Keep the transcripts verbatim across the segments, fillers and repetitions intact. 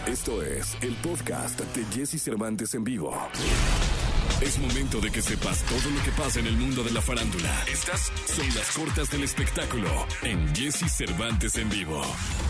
Esto es el podcast de Jesse Cervantes en vivo. Es momento de que sepas todo lo que pasa en el mundo de la farándula. Estas son las cortas del espectáculo en Jesse Cervantes en vivo.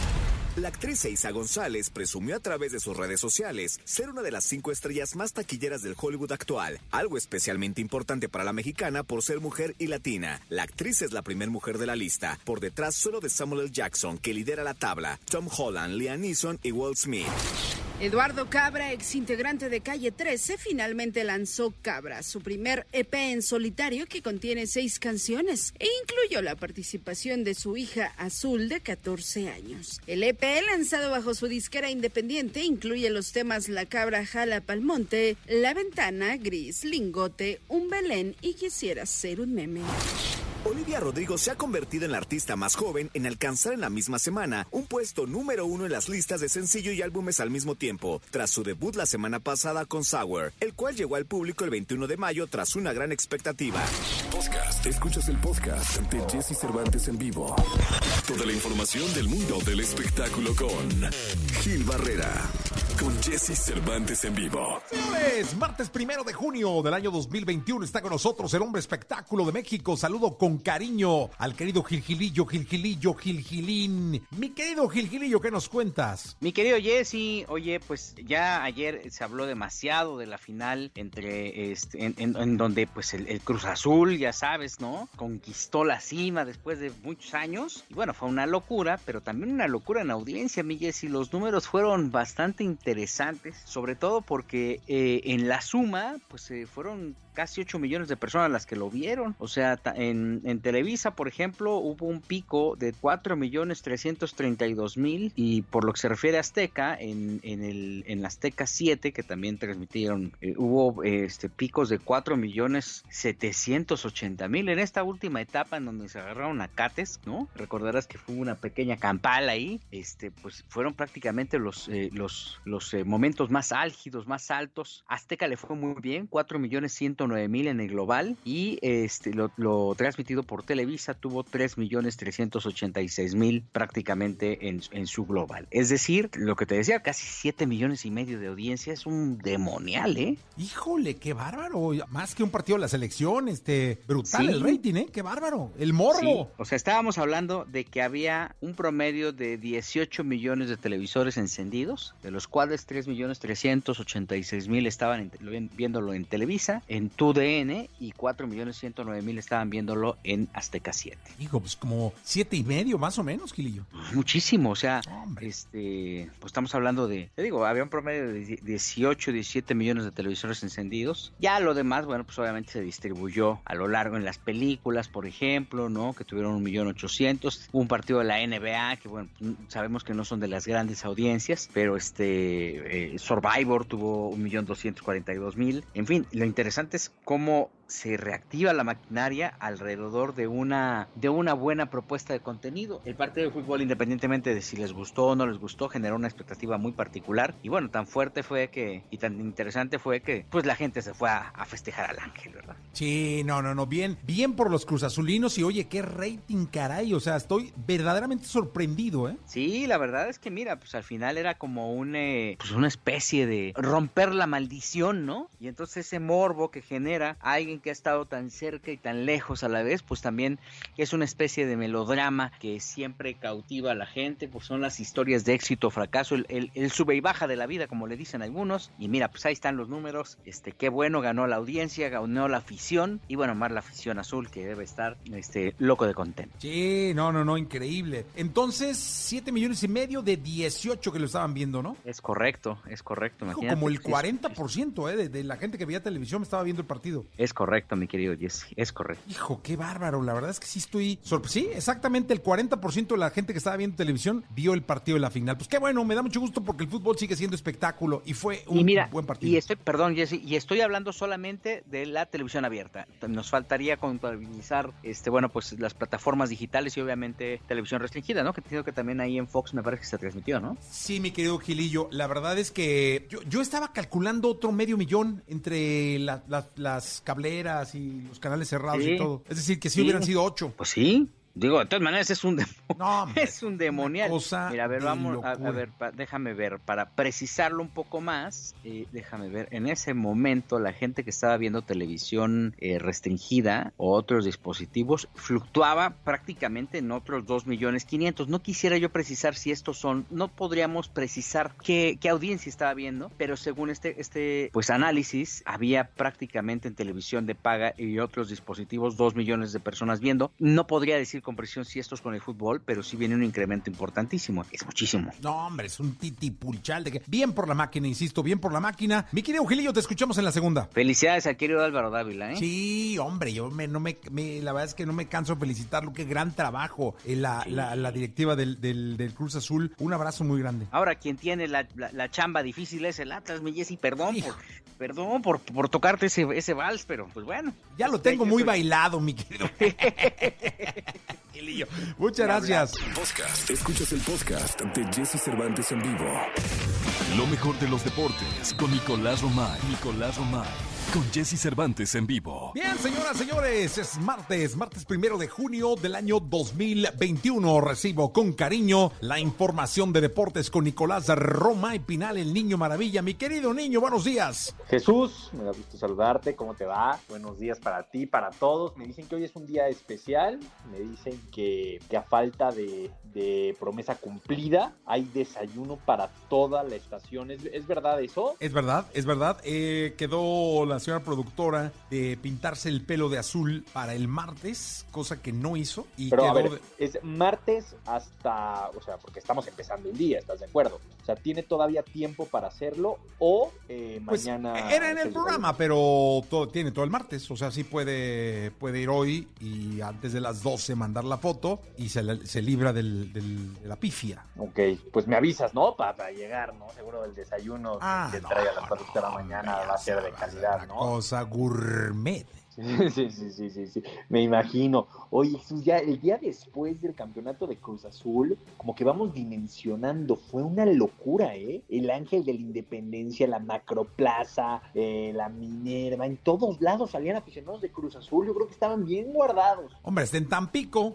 La actriz Eiza González presumió a través de sus redes sociales ser una de las cinco estrellas más taquilleras del Hollywood actual, algo especialmente importante para la mexicana por ser mujer y latina. La actriz es la primera mujer de la lista, por detrás solo de Samuel L. Jackson, que lidera la tabla, Tom Holland, Liam Neeson y Will Smith. Eduardo Cabra, exintegrante de Calle trece, finalmente lanzó Cabra, su primer E P en solitario que contiene seis canciones e incluyó la participación de su hija Azul de catorce años. El E P, lanzado bajo su disquera independiente, incluye los temas La Cabra Jala Pal Monte, La Ventana, Gris, Lingote, Un Belén y Quisiera Ser un Meme. Olivia Rodrigo se ha convertido en la artista más joven en alcanzar en la misma semana un puesto número uno en las listas de sencillo y álbumes al mismo tiempo, tras su debut la semana pasada con Sour, el cual llegó al público el veintiuno de mayo tras una gran expectativa. Podcast. Escuchas el podcast de Jesse Cervantes en vivo. Toda la información del mundo del espectáculo con Gil Barrera. Con Jesse Cervantes en vivo. Señores, martes primero de junio del año dos mil veintiuno está con nosotros el hombre espectáculo de México. Saludo con cariño al querido Gilgilillo, Gilgilillo, Gilgilín. Mi querido Gilgilillo, ¿qué nos cuentas? Mi querido Jesse, oye, pues ya ayer se habló demasiado de la final entre este, en, en, en donde pues el, el Cruz Azul, ya sabes, ¿no? Conquistó la cima después de muchos años. Y bueno, fue una locura, pero también una locura en audiencia, mi Jesse. Los números fueron bastante interesantes. interesantes, sobre todo porque eh, en la suma, pues eh, fueron casi ocho millones de personas las que lo vieron. O sea, en, en Televisa, por ejemplo, hubo un pico de cuatro millones trescientos treinta y dos mil, y por lo que se refiere a Azteca, en, en el en Azteca siete, que también transmitieron, eh, hubo eh, este picos de cuatro millones setecientos ochenta mil en esta última etapa en donde se agarraron a cates, ¿no? Recordarás que fue una pequeña campal ahí, este, pues fueron prácticamente los, eh, los, los eh, momentos más álgidos, más altos. Azteca le fue muy bien, cuatro millones ciento nueve mil en el global, y este lo, lo transmitido por Televisa tuvo tres millones trescientos ochenta y seis mil prácticamente en, en su global. Es decir, lo que te decía, casi siete millones y medio de audiencia, es un demonial, ¿eh? Híjole, qué bárbaro, más que un partido de la selección, este, brutal Sí. El rating, ¿eh? Qué bárbaro, el morbo. Sí. O sea, estábamos hablando de que había un promedio de dieciocho millones de televisores encendidos, de los cuales tres millones trescientos ochenta y seis mil estaban en, viéndolo en Televisa, en Tu D N, y cuatro millones ciento nueve mil estaban viéndolo en Azteca siete. Hijo, pues como siete y medio más o menos, Gilillo. Muchísimo, o sea, Hombre. este, pues estamos hablando de, te digo, había un promedio de dieciocho, diecisiete millones de televisores encendidos. Ya lo demás, bueno, pues obviamente se distribuyó a lo largo en las películas, por ejemplo, ¿no? Que tuvieron un millón ochocientos. Hubo un partido de la N B A, que bueno, sabemos que no son de las grandes audiencias, pero este, eh, Survivor tuvo un millón doscientos cuarenta y dos mil. En fin, lo interesante es cómo se reactiva la maquinaria alrededor de una de una buena propuesta de contenido. El partido de fútbol, independientemente de si les gustó o no les gustó, generó una expectativa muy particular, y bueno, tan fuerte fue que, y tan interesante fue que, pues la gente se fue a, a festejar al ángel, ¿verdad? Sí, no, no, no, bien, bien por los cruzazulinos, y oye, qué rating, caray, o sea, estoy verdaderamente sorprendido, ¿eh? Sí, la verdad es que mira, pues al final era como un, eh, pues una especie de romper la maldición, ¿no? Y entonces ese morbo que genera alguien que ha estado tan cerca y tan lejos a la vez, pues también es una especie de melodrama que siempre cautiva a la gente, pues son las historias de éxito o fracaso, el, el, el sube y baja de la vida, como le dicen algunos. Y mira, pues ahí están los números, este, qué bueno, ganó la audiencia, ganó la afición, y bueno, más la afición azul, que debe estar este, loco de contento. Sí, no, no, no, increíble. Entonces, siete millones y medio de dieciocho que lo estaban viendo, ¿no? Es correcto, es correcto. Hijo, Imagínate, como el pues, cuarenta por ciento eh, de, de la gente que veía televisión estaba viendo el partido. Es correcto, mi querido Jesse, es correcto. Hijo, qué bárbaro, la verdad es que sí estoy sorprendido. Sí, exactamente el cuarenta por ciento de la gente que estaba viendo televisión vio el partido de la final. Pues qué bueno, me da mucho gusto porque el fútbol sigue siendo espectáculo y fue un y mira, buen partido. Y estoy, perdón, Jesse, y estoy hablando solamente de la televisión abierta. Nos faltaría contabilizar, este, bueno, pues las plataformas digitales y obviamente televisión restringida, ¿no? Que entiendo que también ahí en Fox me parece que se transmitió, ¿no? Sí, mi querido Gilillo, la verdad es que yo, yo estaba calculando otro medio millón entre la, la, las cableras y los canales cerrados Sí. y todo. Es decir, que sí, Sí. hubieran sido ocho. Pues sí. Digo, de todas maneras es un demonio. No, hombre, es un demonial. Mira, a ver, vamos a, a ver, pa, déjame ver, para precisarlo un poco más, eh, déjame ver, en ese momento la gente que estaba viendo televisión eh, restringida o otros dispositivos fluctuaba prácticamente en otros dos millones quinientos. No quisiera yo precisar si estos son, no podríamos precisar qué, qué audiencia estaba viendo, pero según este, este pues análisis, había prácticamente en televisión de paga y otros dispositivos dos millones de personas viendo. No podría decir con precisión si esto es con el fútbol, pero sí viene un incremento importantísimo. Es muchísimo. No, hombre, es un titipulchal de que... Bien por la máquina, insisto, bien por la máquina. Mi querido Gilillo, te escuchamos en la segunda. Felicidades al querido Álvaro Dávila, ¿eh? Sí, hombre, yo me, no me, me, la verdad es que no me canso de felicitarlo. Qué gran trabajo eh, la, sí. la, la directiva del, del, del Cruz Azul. Un abrazo muy grande. Ahora, quien tiene la, la, la chamba difícil es el Atlas, mi Jessy. Perdón, por, perdón por, por tocarte ese, ese vals, pero pues bueno. Ya lo tengo muy bailado, mi querido. Gilillo. Muchas gracias. Podcast. Escuchas el podcast de Jessy Cervantes en vivo. Lo mejor de los deportes con Nicolás Romay. Nicolás Romay. Con Jessy Cervantes en vivo. Bien, señoras, señores, es martes, martes primero de junio del año dos mil veintiuno. Recibo con cariño la información de deportes con Nicolás Romay Pinal, el niño maravilla. Mi querido niño, buenos días. Jesús, me da gusto saludarte, ¿cómo te va? Buenos días para ti, para todos. Me dicen que hoy es un día especial, me dicen que, que a falta de, de promesa cumplida, hay desayuno para toda la estación. ¿Es, es verdad eso? Es verdad, es verdad. Eh, quedó la señora productora de pintarse el pelo de azul para el martes, cosa que no hizo. Y Pero quedó a ver, de... es martes hasta, o sea, porque estamos empezando el día, ¿estás de acuerdo? O sea, ¿tiene todavía tiempo para hacerlo o eh, pues, mañana? Era en el programa, pero todo, tiene todo el martes, o sea, sí puede, puede ir hoy y antes de las doce mandar la foto y se, se libra del, del, de la pifia. Ok, pues me avisas, ¿no? Para, para llegar, ¿no? Seguro el desayuno ah, que no, traiga la productora no, mañana no, va a ser de calidad, ¿no? Cosa gourmet. Sí, sí, sí, sí, sí, sí, me imagino. Oye, Jesús, ya el día después del campeonato de Cruz Azul, como que vamos dimensionando, fue una locura, ¿eh? El Ángel de la Independencia, la Macroplaza, eh, la Minerva, en todos lados salían aficionados de Cruz Azul, yo creo que estaban bien guardados. Hombre, está en Tampico.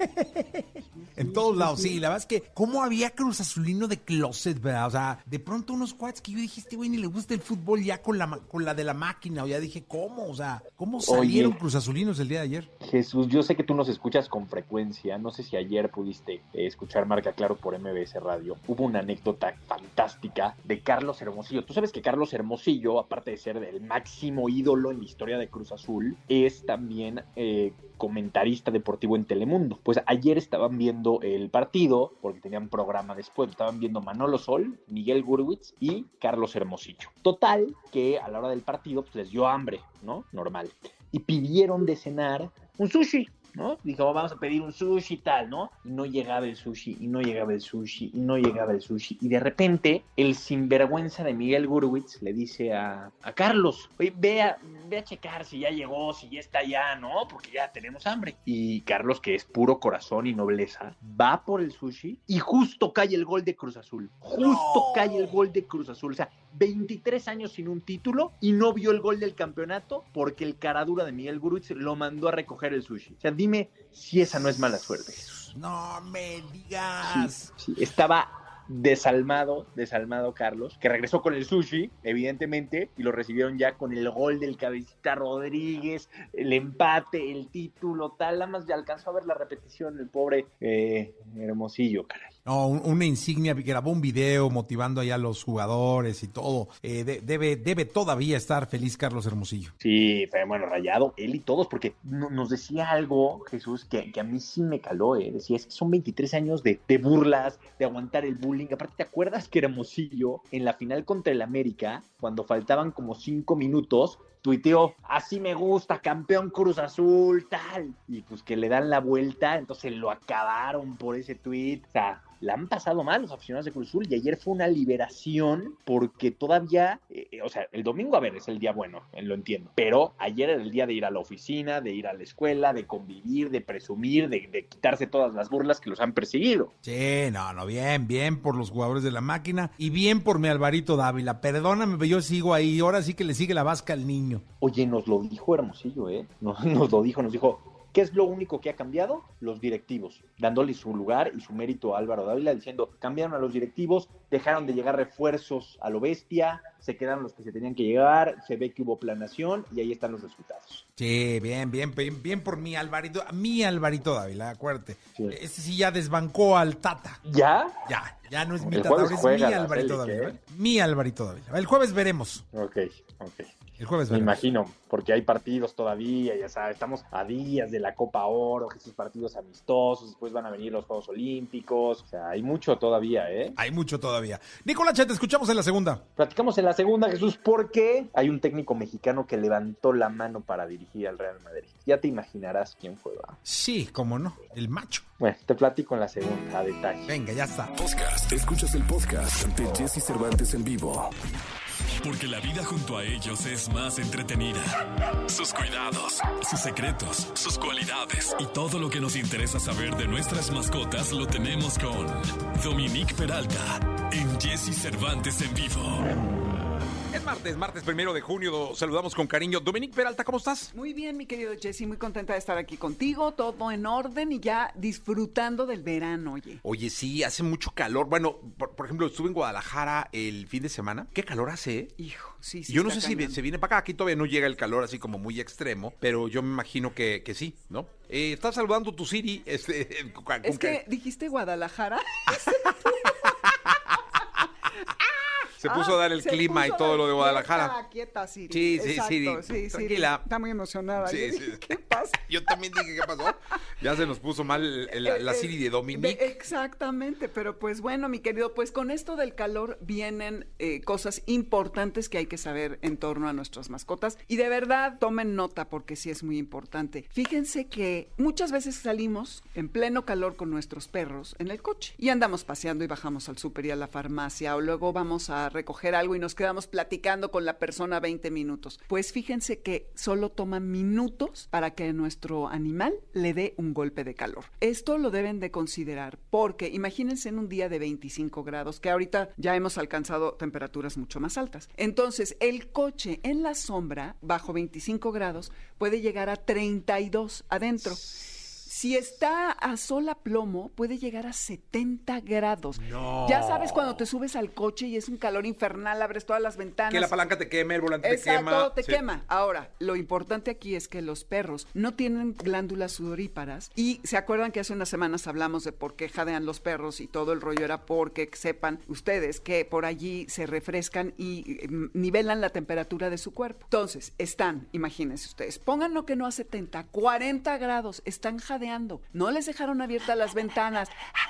En todos lados, sí, la verdad es que cómo había Cruz Azulino de closet, ¿verdad? O sea, de pronto unos cuates que yo dije, este güey ni le gusta el fútbol ya con la, con la de la máquina, o ya dije, ¿cómo? O sea, ¿cómo salieron Oye, Cruz Azulinos el día de ayer? Jesús, yo sé que tú nos escuchas con frecuencia, no sé si ayer pudiste eh, escuchar Marca Claro por M B S Radio. Hubo una anécdota fantástica de Carlos Hermosillo. Tú sabes que Carlos Hermosillo, aparte de ser el máximo ídolo en la historia de Cruz Azul, es también eh, comentarista deportivo en Telemundo. Pues ayer estaban viendo el partido, porque tenían programa después, estaban viendo Manolo Sol, Miguel Gurwitz y Carlos Hermosillo. Total, que a la hora del partido pues les dio hambre, ¿no? Normal. Y pidieron de cenar un sushi, ¿no? Dijo, vamos a pedir un sushi y tal, ¿no? Y no llegaba el sushi, y no llegaba el sushi, y no llegaba el sushi. Y de repente, el sinvergüenza de Miguel Gurwitz le dice a, a Carlos, oye, ve a, ve a checar si ya llegó, si ya está allá, ¿no? Porque ya tenemos hambre. Y Carlos, que es puro corazón y nobleza, va por el sushi y justo cae el gol de Cruz Azul. Justo no. cae el gol de Cruz Azul. O sea, veintitrés años sin un título y no vio el gol del campeonato porque el caradura de Miguel Gurwitz lo mandó a recoger el sushi. O sea, dime si esa no es mala suerte, Jesús. No me digas. Sí, sí. Estaba desalmado, desalmado Carlos, que regresó con el sushi, evidentemente, y lo recibieron ya con el gol del Cabecita Rodríguez, el empate, el título, tal. Nada más ya alcanzó a ver la repetición del pobre eh, Hermosillo, caray. No, una insignia, grabó un video motivando allá a los jugadores y todo. Eh, de, debe, debe todavía estar feliz Carlos Hermosillo. Sí, fue bueno, rayado, él y todos, porque no, nos decía algo, Jesús, que, que a mí sí me caló, eh. Decía, es que son veintitrés años de, de burlas, de aguantar el bullying. Aparte, ¿te acuerdas que Hermosillo, en la final contra el América, cuando faltaban como cinco minutos, tuiteó, así me gusta, campeón Cruz Azul, tal? Y pues que le dan la vuelta, entonces lo acabaron por ese tuit. O sea, la han pasado mal los aficionados de Cruz Azul y ayer fue una liberación porque todavía, eh, o sea, el domingo, a ver, es el día bueno, eh, lo entiendo, pero ayer era el día de ir a la oficina, de ir a la escuela, de convivir, de presumir, de, de quitarse todas las burlas que los han perseguido. Sí, no, no, bien, bien por los jugadores de la máquina y bien por mi Alvarito Dávila. Perdóname, pero yo sigo ahí, ahora sí que le sigue la vasca al niño. Oye, nos lo dijo Hermosillo, ¿eh? Nos, nos lo dijo, nos dijo, ¿Qué es lo único que ha cambiado? Los directivos, dándole su lugar y su mérito a Álvaro Dávila, diciendo, cambiaron a los directivos, dejaron de llegar refuerzos a lo bestia, se quedaron los que se tenían que llegar, se ve que hubo planeación y ahí están los resultados. Sí, bien, bien, bien, bien por mí, Alvarito, mi Alvarito Dávila, acuérdate. Sí. Este sí ya desbancó al Tata. ¿Ya? Ya, ya no es mi El Tata, jueves ahora es juega mi la Alvarito Cele, Dávila. ¿qué? ¿eh? Mi Alvarito Dávila. El jueves veremos. Ok, ok. El jueves Me veremos. imagino, porque hay partidos todavía, ya sabes, estamos a días de la Copa Oro, esos partidos amistosos, después van a venir los Juegos Olímpicos, o sea, hay mucho todavía, ¿eh? Hay mucho todavía. Nicolache, te escuchamos en la segunda. Platicamos en la segunda, Jesús, porque hay un técnico mexicano que levantó la mano para dirigir al Real Madrid. Ya te imaginarás quién fue, ¿va? Sí, cómo no, el macho. Bueno, te platico en la segunda, a detalle. Venga, ya está. Podcast. Escuchas el podcast de Jesse Cervantes en vivo. Porque la vida junto a ellos es más entretenida. Sus cuidados, sus secretos, sus cualidades y todo lo que nos interesa saber de nuestras mascotas lo tenemos con Dominique Peralta en Jesse Cervantes en vivo. Es martes, martes primero de junio. Saludamos con cariño. Dominique Peralta, ¿cómo estás? Muy bien, mi querido Jesse, muy contenta de estar aquí contigo, todo en orden y ya disfrutando del verano, oye. Oye, sí, hace mucho calor. Bueno, por, por ejemplo, estuve en Guadalajara el fin de semana. ¿Qué calor hace, eh? Hijo, sí, sí. Yo no está sé si cañón. se viene para acá. Aquí todavía no llega el calor así como muy extremo, pero yo me imagino que, que sí, ¿no? Eh, estás saludando tu Siri. Este, con, con Es que dijiste Guadalajara. Se puso a dar el Se clima y puso todo lo de Guadalajara. Quieta, quieta, Siri. Sí, sí, Exacto, Siri. sí, Tranquila. Siri. Está muy emocionada. Sí, Yo sí. dije, ¿qué pasa? Yo también dije, ¿qué pasó? Ya se nos puso mal el- la, la Eh, Siri de eh, Dominique. de- exactamente, pero pues bueno, mi querido, pues con esto del calor vienen eh, cosas importantes que hay que saber en torno a nuestras mascotas y de verdad tomen nota porque sí es muy importante. Fíjense que muchas veces salimos en pleno calor con nuestros perros en el coche y andamos paseando y bajamos al súper y a la farmacia o luego vamos a recoger algo y nos quedamos platicando con la persona veinte minutos. Pues fíjense que solo toma minutos para que nuestro animal le dé un golpe de calor. Esto lo deben de considerar porque imagínense en un día de veinticinco grados, que ahorita ya hemos alcanzado temperaturas mucho más altas. Entonces, el coche en la sombra, bajo veinticinco grados, puede llegar a treinta y dos adentro. Si está a sol a plomo, puede llegar a setenta grados. No. Ya sabes cuando te subes al coche y es un calor infernal, abres todas las ventanas. Que la palanca te queme, el volante Exacto, te quema. te Sí. quema. Ahora, lo importante aquí es que los perros no tienen glándulas sudoríparas y se acuerdan que hace unas semanas hablamos de por qué jadean los perros y todo el rollo era porque sepan ustedes que por allí se refrescan y eh, nivelan la temperatura de su cuerpo. Entonces, están, imagínense ustedes, pónganlo que no a setenta, cuarenta grados, están jadeando, no les dejaron abiertas las ventanas.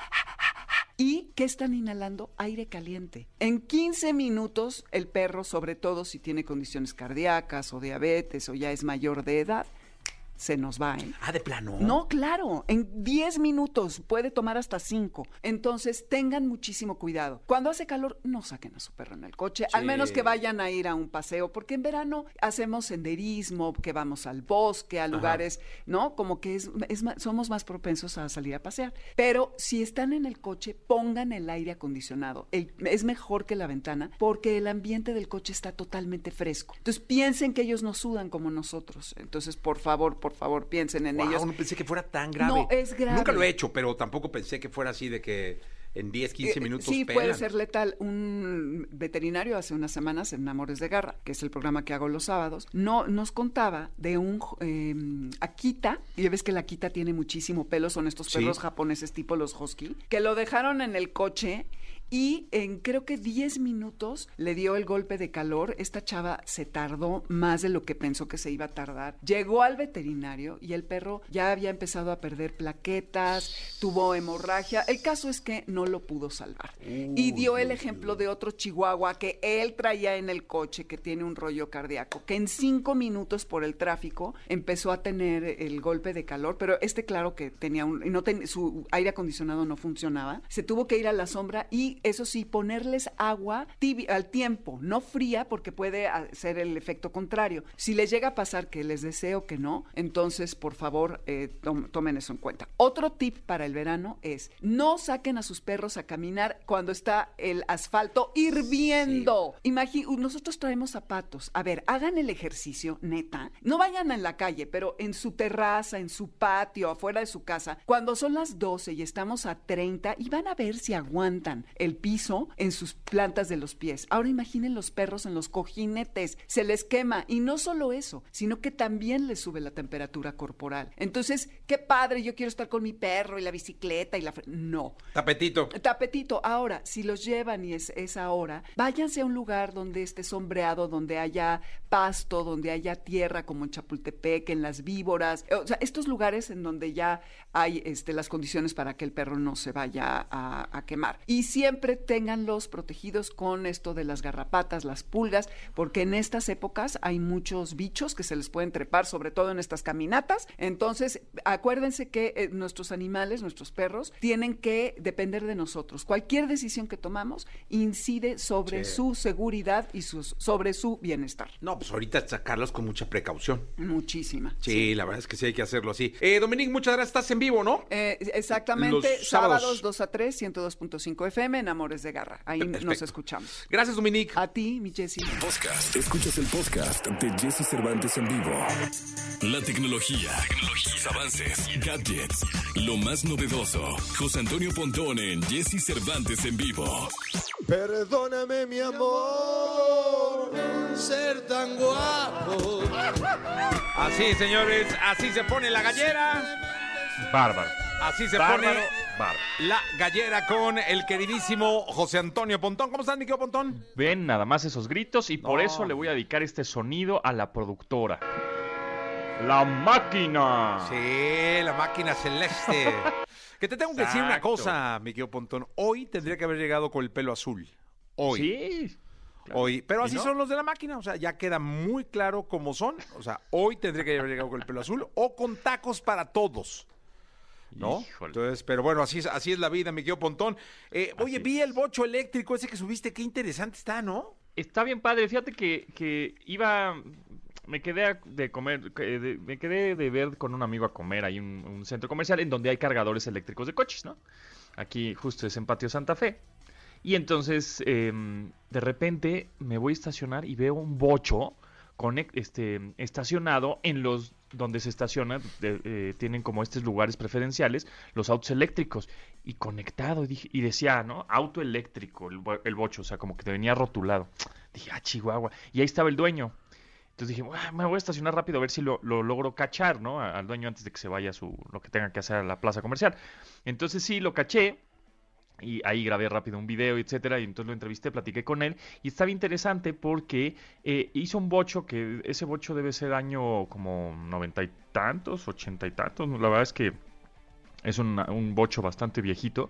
¿Y qué están inhalando? Aire caliente. En quince minutos, el perro, sobre todo si tiene condiciones cardíacas o diabetes o ya es mayor de edad, se nos va, ¿eh? Ah, de plano. No, claro, en diez minutos puede tomar hasta cinco. Entonces, tengan muchísimo cuidado. Cuando hace calor, no saquen a su perro en el coche, Sí. al menos que vayan a ir a un paseo, porque en verano hacemos senderismo, que vamos al bosque, a lugares, ¿no? Como que es, es ma- somos más propensos a salir a pasear. Pero si están en el coche, pongan el aire acondicionado. El- es mejor que la ventana, porque el ambiente del coche está totalmente fresco. Entonces, piensen que ellos no sudan como nosotros. Entonces, por favor, por favor, piensen en Wow, ellos. no pensé que fuera tan grave. No, es grave. Nunca lo he hecho, pero tampoco pensé que fuera así de que en diez, quince Eh, minutos Sí, pelan. puede ser letal. Un veterinario hace unas semanas en Amores de Garra, que es el programa que hago los sábados, no, nos contaba de un eh, Akita, y ya ves que la Akita tiene muchísimo pelo, son estos Sí. perros japoneses tipo los husky, que lo dejaron en el coche y en creo que diez minutos le dio el golpe de calor. Esta chava se tardó más de lo que pensó que se iba a tardar. Llegó al veterinario y el perro ya había empezado a perder plaquetas, tuvo hemorragia. El caso es que no lo pudo salvar. Y dio el ejemplo de otro chihuahua que él traía en el coche, que tiene un rollo cardíaco, que en cinco minutos por el tráfico empezó a tener el golpe de calor, pero este claro que tenía un, y no ten- su aire acondicionado no funcionaba, se tuvo que ir a la sombra y eso sí, ponerles agua tibia al tiempo, no fría, porque puede hacer el efecto contrario. Si les llega a pasar que les deseo que no, entonces, por favor, eh, tom- tomen eso en cuenta. Otro tip para el verano es, no saquen a sus perros a caminar cuando está el asfalto hirviendo. Sí. Imagi- nosotros traemos zapatos. A ver, hagan el ejercicio, neta. No vayan en la calle, pero en su terraza, en su patio, afuera de su casa, cuando son las doce y estamos a treinta, y van a ver si aguantan el piso en sus plantas de los pies. Ahora imaginen los perros en los cojinetes, se les quema, y no solo eso, sino que también les sube la temperatura corporal. Entonces, qué padre, yo quiero estar con mi perro y la bicicleta y la... No. Tapetito. Tapetito. Ahora, si los llevan y es esa hora, váyanse a un lugar donde esté sombreado, donde haya pasto, donde haya tierra, como en Chapultepec, en Las Víboras, o sea, estos lugares en donde ya hay este, las condiciones para que el perro no se vaya a, a quemar. Y siempre ténganlos protegidos con esto de las garrapatas, las pulgas, porque en estas épocas hay muchos bichos que se les pueden trepar, sobre todo en estas caminatas. Entonces, acuérdense que eh, nuestros animales, nuestros perros, tienen que depender de nosotros. Cualquier decisión que tomamos incide sobre sí. su seguridad y sus, sobre su bienestar. No, pues ahorita sacarlos con mucha precaución. Muchísima. Sí, sí, la verdad es que sí hay que hacerlo así. Eh, Dominique, muchas gracias. Estás en vivo, ¿no? Eh, exactamente. Los sábados. sábados dos a tres, ciento dos punto cinco F M en Amores de Garra. Ahí Perfecto. Nos escuchamos. Gracias, Dominique. A ti, mi Jessy. Podcast. Escuchas el podcast de Jessy Cervantes en vivo. La tecnología, tecnología, avances, gadgets, lo más novedoso. José Antonio Pontón en Jessy Cervantes en vivo. Perdóname, mi amor, ser tan guapo. Así, señores, así se pone la gallera. Bárbaro. Así se Bárbaro, pone bárbaro. la gallera con el queridísimo José Antonio Pontón. ¿Cómo estás, mi querido Pontón? Ven nada más esos gritos y por No. eso le voy a dedicar este sonido a la productora. La máquina. Sí, la máquina celeste. Que te tengo que decir una Exacto. cosa, mi querido Pontón. Hoy tendría que haber llegado con el pelo azul. Hoy. Sí. Claro. Hoy. Pero ¿Y así no? son los de la máquina. O sea, ya queda muy claro cómo son. O sea, hoy tendría que haber llegado con el pelo azul o con tacos para todos. ¿No? Híjole. Entonces, pero bueno, así es, así es la vida, mi querido Pontón. Eh, oye, Así vi es. el bocho eléctrico ese que subiste. Qué interesante está, ¿no? Está bien padre. Fíjate que, que iba... Me quedé a- de comer, que de- me quedé de ver con un amigo a comer ahí un, un centro comercial en donde hay cargadores eléctricos de coches, ¿no? Aquí justo es en Patio Santa Fe. Y entonces, em, de repente me voy a estacionar y veo un bocho conec- este, estacionado en los donde se estacionan, de- eh, tienen como estos lugares preferenciales, los autos eléctricos, y conectado, y, dije, y decía, ¿no? Auto eléctrico, el, bo- el bocho, o sea, como que te venía rotulado. Dije, ah, Chihuahua. Y ahí estaba el dueño. Entonces dije, "Ah, me voy a estacionar rápido a ver si lo, lo logro cachar, ¿no? A- Al dueño antes de que se vaya a su, lo que tenga que hacer a la plaza comercial. Entonces sí, lo caché. Y ahí grabé rápido un video, etcétera, y entonces lo entrevisté, platiqué con él, y estaba interesante porque eh, hizo un bocho, que ese bocho debe ser año como noventa y tantos, ochenta y tantos, la verdad es que es un, un bocho bastante viejito,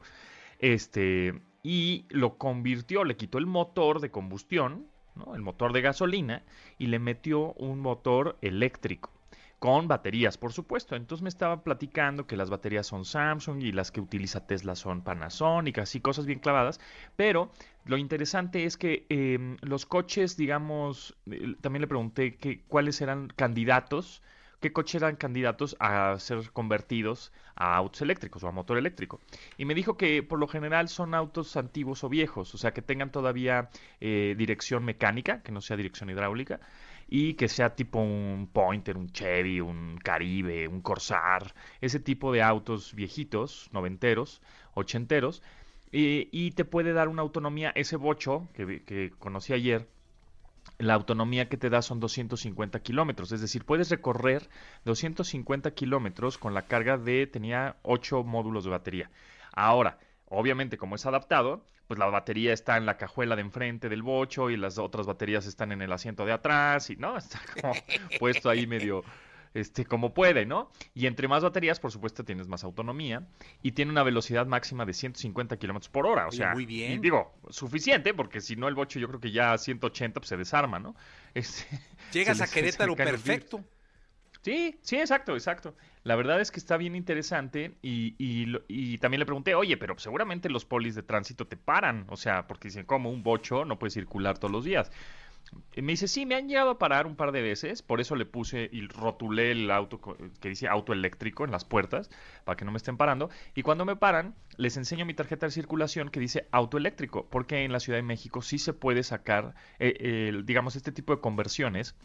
este, y lo convirtió, le quitó el motor de combustión, ¿no? El motor de gasolina, y le metió un motor eléctrico. Con baterías, por supuesto. Entonces me estaba platicando que las baterías son Samsung y las que utiliza Tesla son Panasonic, así cosas bien clavadas. Pero lo interesante es que eh, los coches, digamos, eh, también le pregunté que, cuáles eran candidatos, qué coches eran candidatos a ser convertidos a autos eléctricos o a motor eléctrico. Y me dijo que por lo general son autos antiguos o viejos, o sea, que tengan todavía eh, dirección mecánica, que no sea dirección hidráulica, y que sea tipo un Pointer, un Chevy, un Caribe, un Corsair, ese tipo de autos viejitos, noventeros, ochenteros, eh, y te puede dar una autonomía, ese bocho que, que conocí ayer, la autonomía que te da son doscientos cincuenta kilómetros, es decir, puedes recorrer doscientos cincuenta kilómetros con la carga de, tenía ocho módulos de batería. Ahora, obviamente como es adaptado, pues la batería está en la cajuela de enfrente del bocho y las otras baterías están en el asiento de atrás y no, está como puesto ahí medio, este, como puede, ¿no? Y entre más baterías, por supuesto, tienes más autonomía y tiene una velocidad máxima de ciento cincuenta kilómetros por hora, o Oye, sea, muy bien. y digo, suficiente, porque si no el bocho yo creo que ya a ciento ochenta pues se desarma, ¿no? Este, Llegas se a le- se le Querétaro caen los vidrios. perfecto. Sí, sí, exacto, exacto. La verdad es que está bien interesante y, y, lo- y también le pregunté, oye, pero seguramente los polis de tránsito te paran, o sea, porque dicen, como un bocho no puede circular todos los días. Y me dice, sí, me han llegado a parar un par de veces, por eso le puse y rotulé el auto co- que dice auto eléctrico en las puertas, para que no me estén parando. Y cuando me paran, les enseño mi tarjeta de circulación que dice auto eléctrico, porque en la Ciudad de México sí se puede sacar, eh, el- digamos, este tipo de conversiones,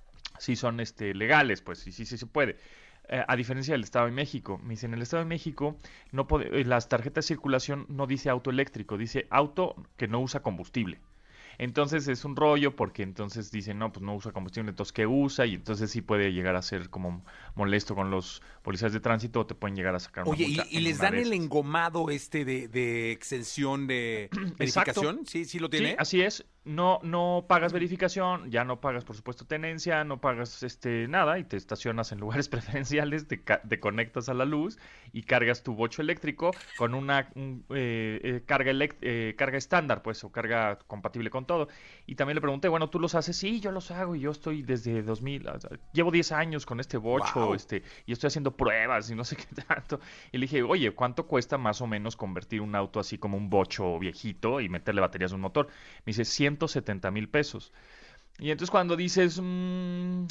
sí son este, legales, pues, sí, sí, sí se puede. Eh, a diferencia del Estado de México, me dicen, en el Estado de México no pode- eh, las tarjetas de circulación no dice auto eléctrico, dice auto que no usa combustible. Entonces es un rollo porque entonces dicen, no, pues no usa combustible, entonces ¿qué usa? Y entonces sí puede llegar a ser como molesto con los policías de tránsito o te pueden llegar a sacar una Oye, ¿y, multa y en les una dan de el esas. engomado este de, de exención de verificación? ¿Sí, sí lo tiene? Sí, así es. No, no pagas verificación, ya no pagas, por supuesto, tenencia, no pagas este nada y te estacionas en lugares preferenciales, te, ca- te conectas a la luz y cargas tu bocho eléctrico con una un, eh, eh, carga elec- eh, carga estándar, pues, o carga compatible con todo. Y también le pregunté, bueno, ¿tú los haces? Sí, yo los hago y yo estoy desde dos mil, o sea, llevo diez años con este bocho, Wow. este, y estoy haciendo pruebas y no sé qué tanto. Y le dije, oye, ¿cuánto cuesta más o menos convertir un auto así como un bocho viejito y meterle baterías a un motor? Me dice ciento setenta mil pesos. Y entonces cuando dices, mm,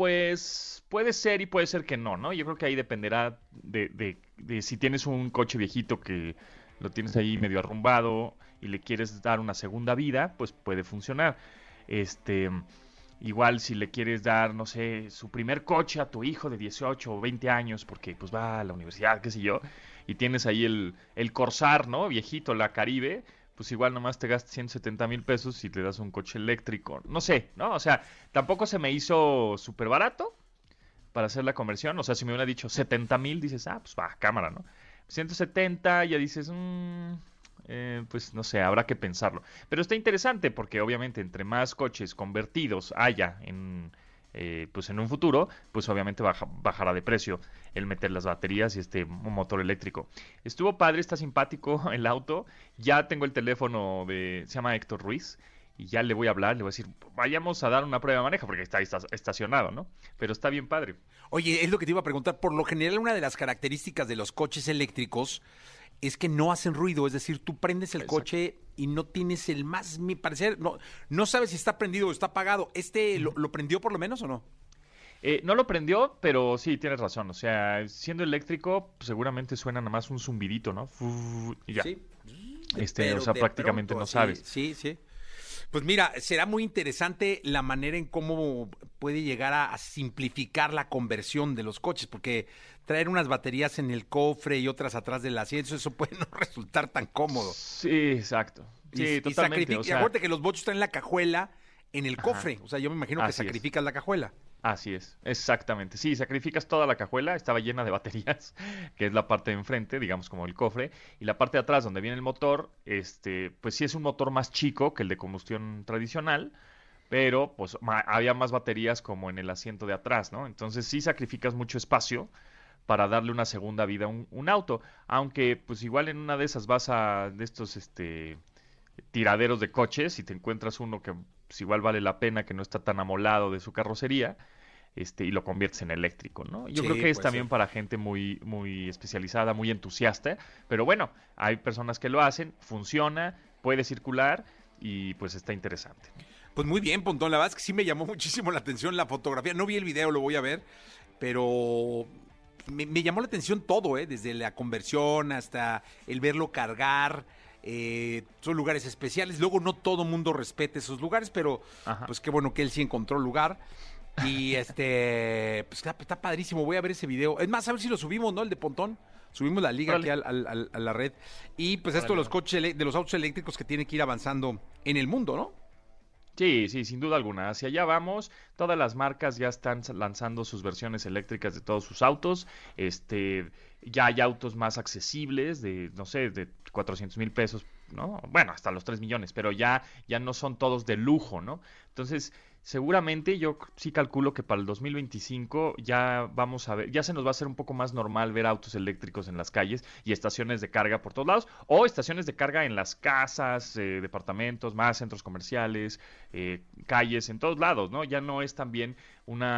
pues puede ser y puede ser que no, ¿no? Yo creo que ahí dependerá de, de, de si tienes un coche viejito que lo tienes ahí medio arrumbado y le quieres dar una segunda vida, pues puede funcionar. Este, igual si le quieres dar, no sé, su primer coche a tu hijo de dieciocho o veinte años, porque pues va a la universidad, qué sé yo, y tienes ahí el, el Corsair, ¿no? Viejito, la Caribe, pues igual nomás te gastas ciento setenta mil pesos si te das un coche eléctrico. No sé, ¿no? O sea, tampoco se me hizo súper barato para hacer la conversión. O sea, si me hubiera dicho setenta mil, dices, ah, pues va, cámara, ¿no? ciento setenta, ya dices, mmm, eh, pues no sé, habrá que pensarlo. Pero está interesante porque obviamente entre más coches convertidos haya en, eh, pues en un futuro, pues obviamente baja- bajará de precio el meter las baterías y este un motor eléctrico. Estuvo padre, está simpático el auto. Ya tengo el teléfono de, se llama Héctor Ruiz. Y ya le voy a hablar, le voy a decir, vayamos a dar una prueba de manejo, porque está ahí está estacionado, ¿no? Pero está bien padre. Oye, es lo que te iba a preguntar. Por lo general, una de las características de los coches eléctricos es que no hacen ruido. Es decir, tú prendes el Exacto. coche y no tienes el más, mi parecer, no, no sabes si está prendido o está apagado. ¿Este lo, lo prendió por lo menos o no? Eh, no lo prendió, pero sí, tienes razón. O sea, siendo eléctrico, pues, seguramente suena nada más un zumbidito, ¿no? Fu- Y ya. Sí. Este, Pero o sea, de prácticamente pronto, no sí, sabes. Sí, sí. Pues mira, será muy interesante la manera en cómo puede llegar a, a simplificar la conversión de los coches, porque traer unas baterías en el cofre y otras atrás del asiento, eso puede no resultar tan cómodo. Sí, exacto. Sí, y, y totalmente. sacrific- O y sea, acuérdate que los bochos traen la cajuela en el Ajá. cofre, o sea, yo me imagino que Así es. sacrificas la cajuela. así es, exactamente. Sí, sacrificas toda la cajuela, estaba llena de baterías, que es la parte de enfrente, digamos como el cofre, y la parte de atrás donde viene el motor, este, pues sí es un motor más chico que el de combustión tradicional, pero pues ma- había más baterías como en el asiento de atrás, ¿no? Entonces sí sacrificas mucho espacio para darle una segunda vida a un, un auto, aunque pues igual en una de esas vas a de estos este tiraderos de coches y te encuentras uno que pues, igual vale la pena, que no está tan amolado de su carrocería, este, y lo conviertes en eléctrico, ¿no? Yo Sí, creo que es puede también ser. para gente muy, muy especializada, muy entusiasta, pero bueno, hay personas que lo hacen, funciona, puede circular y pues está interesante. Pues muy bien, Pontón, la verdad es que sí me llamó muchísimo la atención la fotografía. No vi el video, lo voy a ver, pero me, me llamó la atención todo, ¿eh? Desde la conversión hasta el verlo cargar. Eh, son lugares especiales. Luego no todo mundo respeta esos lugares, pero Ajá. pues qué bueno que él sí encontró lugar. Y este, pues está, está padrísimo. Voy a ver ese video. Es más, a ver si lo subimos, ¿no? El de Pontón. Subimos la liga Órale. aquí al- al- al- a la red. Y pues esto de Órale. los coches, ele- de los autos eléctricos que tiene que ir avanzando en el mundo, ¿no? Sí, sí, sin duda alguna. Hacia allá vamos. Todas las marcas ya están s- lanzando sus versiones eléctricas de todos sus autos. Este, ya hay autos más accesibles de, no sé, de cuatrocientos mil pesos, ¿no? Bueno, hasta los tres millones, pero ya, ya no son todos de lujo, ¿no? Entonces, seguramente yo c- sí calculo que para el dos mil veinticinco ya vamos a ver, ya se nos va a hacer un poco más normal ver autos eléctricos en las calles y estaciones de carga por todos lados, o estaciones de carga en las casas, eh, departamentos, más centros comerciales, eh, calles, en todos lados, ¿no? Ya no es también una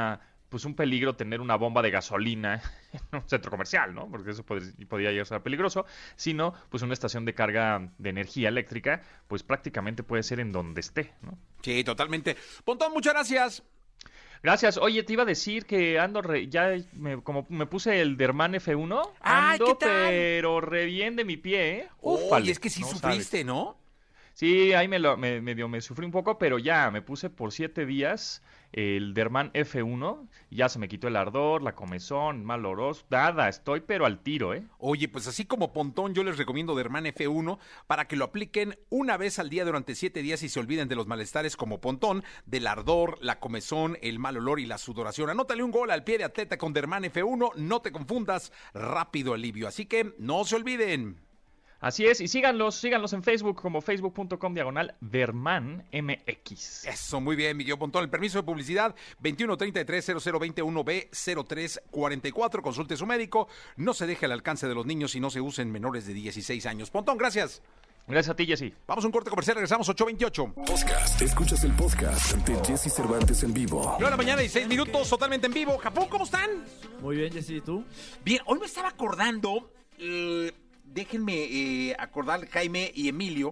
pues un peligro tener una bomba de gasolina en un centro comercial, ¿no? Porque eso podría, podría llegar a ser peligroso, sino pues una estación de carga de energía eléctrica, pues prácticamente puede ser en donde esté, ¿no? Sí, totalmente. Pontón, muchas gracias. Gracias. Oye, te iba a decir que ando re, ya me, como me puse el Derman F uno, Ay, ando ¿qué tal? pero re bien de mi pie, ¿eh? Uy, es que sí no sufriste, sabes. ¿no? Sí, ahí me, lo, me medio me sufrí un poco, pero ya me puse por siete días el Derman F uno, ya se me quitó el ardor, la comezón, mal olor, nada, estoy pero al tiro, ¿eh? Oye, pues así como Pontón, yo les recomiendo Derman F uno para que lo apliquen una vez al día durante siete días y se olviden de los malestares como Pontón, del ardor, la comezón, el mal olor y la sudoración. Anótale un gol al pie de atleta con Derman F uno, no te confundas, rápido alivio. Así que no se olviden. Así es, y síganlos, síganlos en Facebook como facebook.com diagonal Derman M X. Eso, muy bien, Miguel Pontón. El permiso de publicidad veintiuno treinta y tres cero cero veintiuno B cero tres cuarenta y cuatro. Consulte su médico. No se deje al alcance de los niños y no se usen menores de dieciséis años. Pontón, gracias. Gracias a ti, Jessy. Vamos a un corte comercial, regresamos ocho veintiocho. Podcast. Escuchas el podcast de Jesse Cervantes en vivo. nueve de la mañana y seis minutos, totalmente en vivo. Japón, ¿cómo están? Muy bien, Jessy, ¿y tú? Bien, hoy me estaba acordando... Eh... Déjenme eh, acordar, Jaime y Emilio,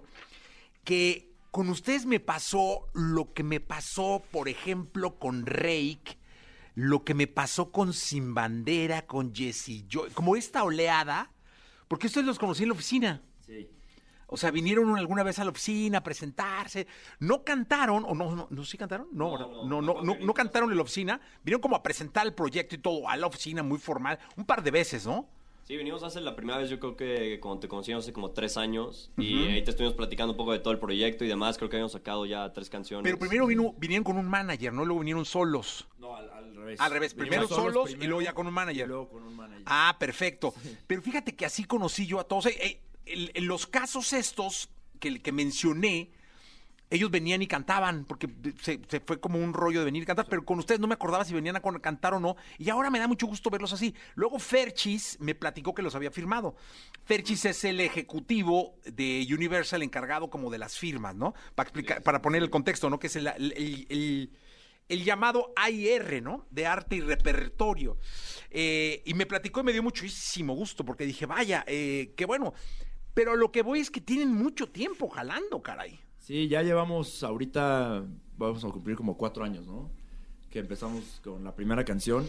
que con ustedes me pasó lo que me pasó, por ejemplo, con Reik, lo que me pasó con Sin Bandera, con Jesse Joy, como esta oleada, porque ustedes los conocí en la oficina. Sí. O sea, vinieron alguna vez a la oficina a presentarse, no cantaron, o no, no, ¿no sí cantaron? No, no, no, no, no, no cantaron en la oficina, vinieron como a presentar el proyecto y todo, a la oficina, muy formal, un par de veces, ¿no? Sí, venimos hace la primera vez, yo creo que cuando te conocimos hace como tres años, uh-huh. y ahí te estuvimos platicando un poco de todo el proyecto y demás, creo que habíamos sacado ya tres canciones. Pero primero vino, vinieron con un manager, ¿no? Luego vinieron solos. No, al, al revés. Al revés, primero solos, solos primero, y luego ya con un manager. Y luego con un manager. Ah, perfecto. Sí. Pero fíjate que así conocí yo a todos. Eh, eh, en los casos estos que, que mencioné, ellos venían y cantaban, porque se, se fue como un rollo de venir y cantar, pero con ustedes no me acordaba si venían a cantar o no, y ahora me da mucho gusto verlos así. Luego Ferchis me platicó que los había firmado. Ferchis es el ejecutivo de Universal encargado como de las firmas, ¿no? Para explicar, para poner el contexto, ¿no? Que es el, el, el, el, el llamado A I R, ¿no? De arte y repertorio. Eh, y me platicó y me dio muchísimo gusto, porque dije, vaya, eh, qué bueno. Pero lo que voy es que tienen mucho tiempo jalando, caray. Sí, ya llevamos ahorita, vamos a cumplir como cuatro años, ¿no? Que empezamos con la primera canción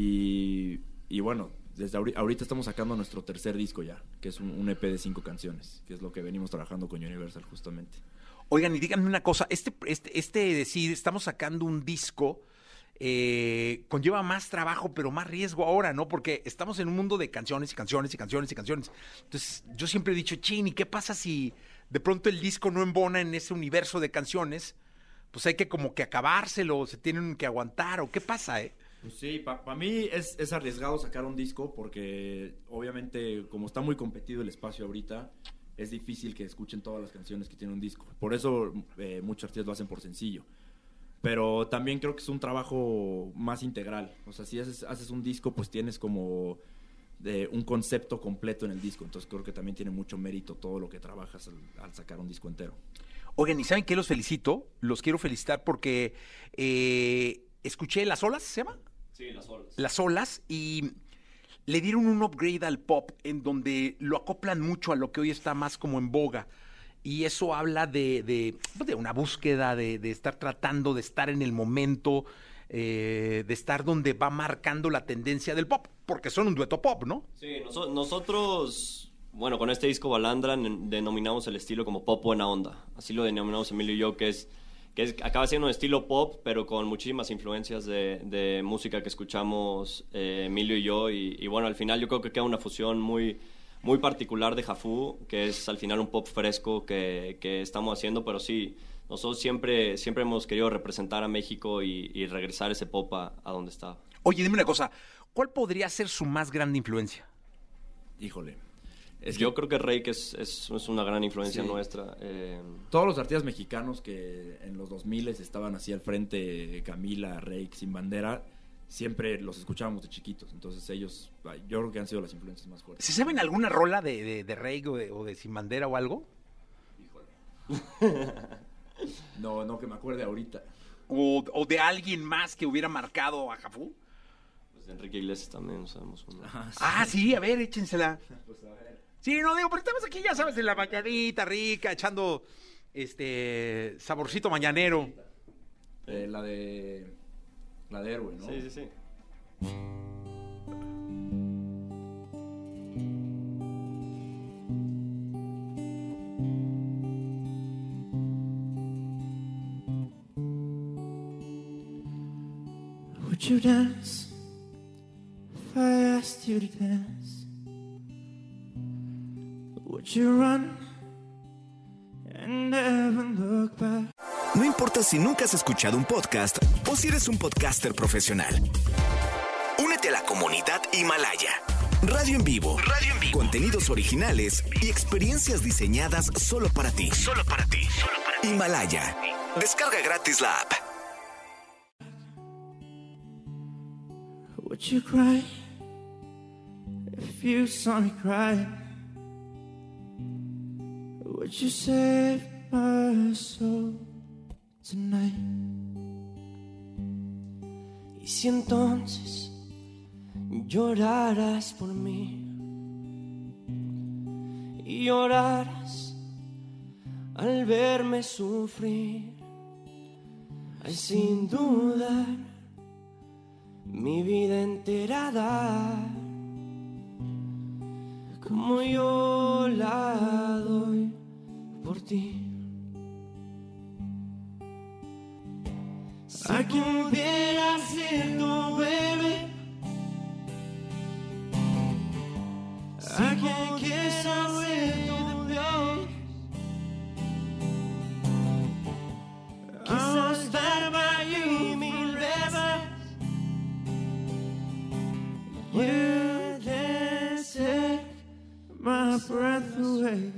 y, y bueno, desde ahorita, ahorita estamos sacando nuestro tercer disco ya, que es un, un E P de cinco canciones, que es lo que venimos trabajando con Universal justamente. Oigan, y díganme una cosa, este, este, este decir, estamos sacando un disco, eh, conlleva más trabajo, pero más riesgo ahora, ¿no? Porque estamos en un mundo de canciones y canciones y canciones y canciones. Entonces, yo siempre he dicho, chin, ¿y qué pasa si de pronto el disco no embona en ese universo de canciones? Pues hay que como que acabárselo, se tienen que aguantar, ¿o qué pasa, eh? Pues sí, para pa mí es, es arriesgado sacar un disco porque obviamente como está muy competido el espacio ahorita, es difícil que escuchen todas las canciones que tiene un disco. Por eso eh, muchos artistas lo hacen por sencillo. Pero también creo que es un trabajo más integral. O sea, si haces, haces un disco, pues tienes como de un concepto completo en el disco. Entonces creo que también tiene mucho mérito todo lo que trabajas al, al sacar un disco entero. Oigan, ¿y saben qué? Los felicito. Los quiero felicitar porque eh, escuché Las Olas, ¿se llama? Sí, Las Olas. Las Olas, y le dieron un upgrade al pop en donde lo acoplan mucho a lo que hoy está más como en boga. Y eso habla de, de, de una búsqueda, de, de estar tratando de estar en el momento, eh, de estar donde va marcando la tendencia del pop, porque son un dueto pop, ¿no? Sí, nos, nosotros, bueno, con este disco Balandra denominamos el estilo como pop buena onda. Así lo denominamos Emilio y yo, que es que es, acaba siendo un estilo pop, pero con muchísimas influencias de, de música que escuchamos eh, Emilio y yo. Y, y bueno, al final yo creo que queda una fusión muy... muy particular de Jafú, que es al final un pop fresco que, que estamos haciendo, pero sí, nosotros siempre, siempre hemos querido representar a México y, y regresar ese pop a, a donde estaba. Oye, dime una cosa, ¿cuál podría ser su más grande influencia? Híjole. Es Yo que... creo que Reik es, es, es una gran influencia sí. nuestra. Eh... Todos los artistas mexicanos que en los dos mil estaban así al frente, Camila, Reik, Sin Bandera, siempre los escuchábamos de chiquitos, entonces ellos, yo creo que han sido las influencias más fuertes. ¿Se saben alguna rola de, de, de Reik o de, o de Sin Bandera o algo? Híjole. no, no que me acuerde ahorita. ¿O, o de alguien más que hubiera marcado a Jafú? Pues Enrique Iglesias también sabemos uno. Ah, sí, ah, sí a ver, échensela. Pues a ver. Sí, no digo, pero estamos aquí, ya sabes, en la mañanita rica, echando este saborcito mañanero. Eh, la de... La de Héroe, ¿no? Sí, sí, sí. Would you dance if I asked you to dance? Would you run and never look back? No importa si nunca has escuchado un podcast o si eres un podcaster profesional. Únete a la comunidad Himalaya. Radio en vivo. Radio en vivo. Contenidos originales y experiencias diseñadas solo para ti. Solo para ti. Solo para ti. Himalaya. Descarga gratis la app. Would you cry if you saw me cry? Would you save my soul tonight? Y si entonces lloraras por mí y lloraras al verme sufrir, ay, sin dudar mi vida entera dar, como yo la doy por ti. Si pudiera ser tu bebé, I can kiss away the day. I will stand by you forever. You can take my breath away.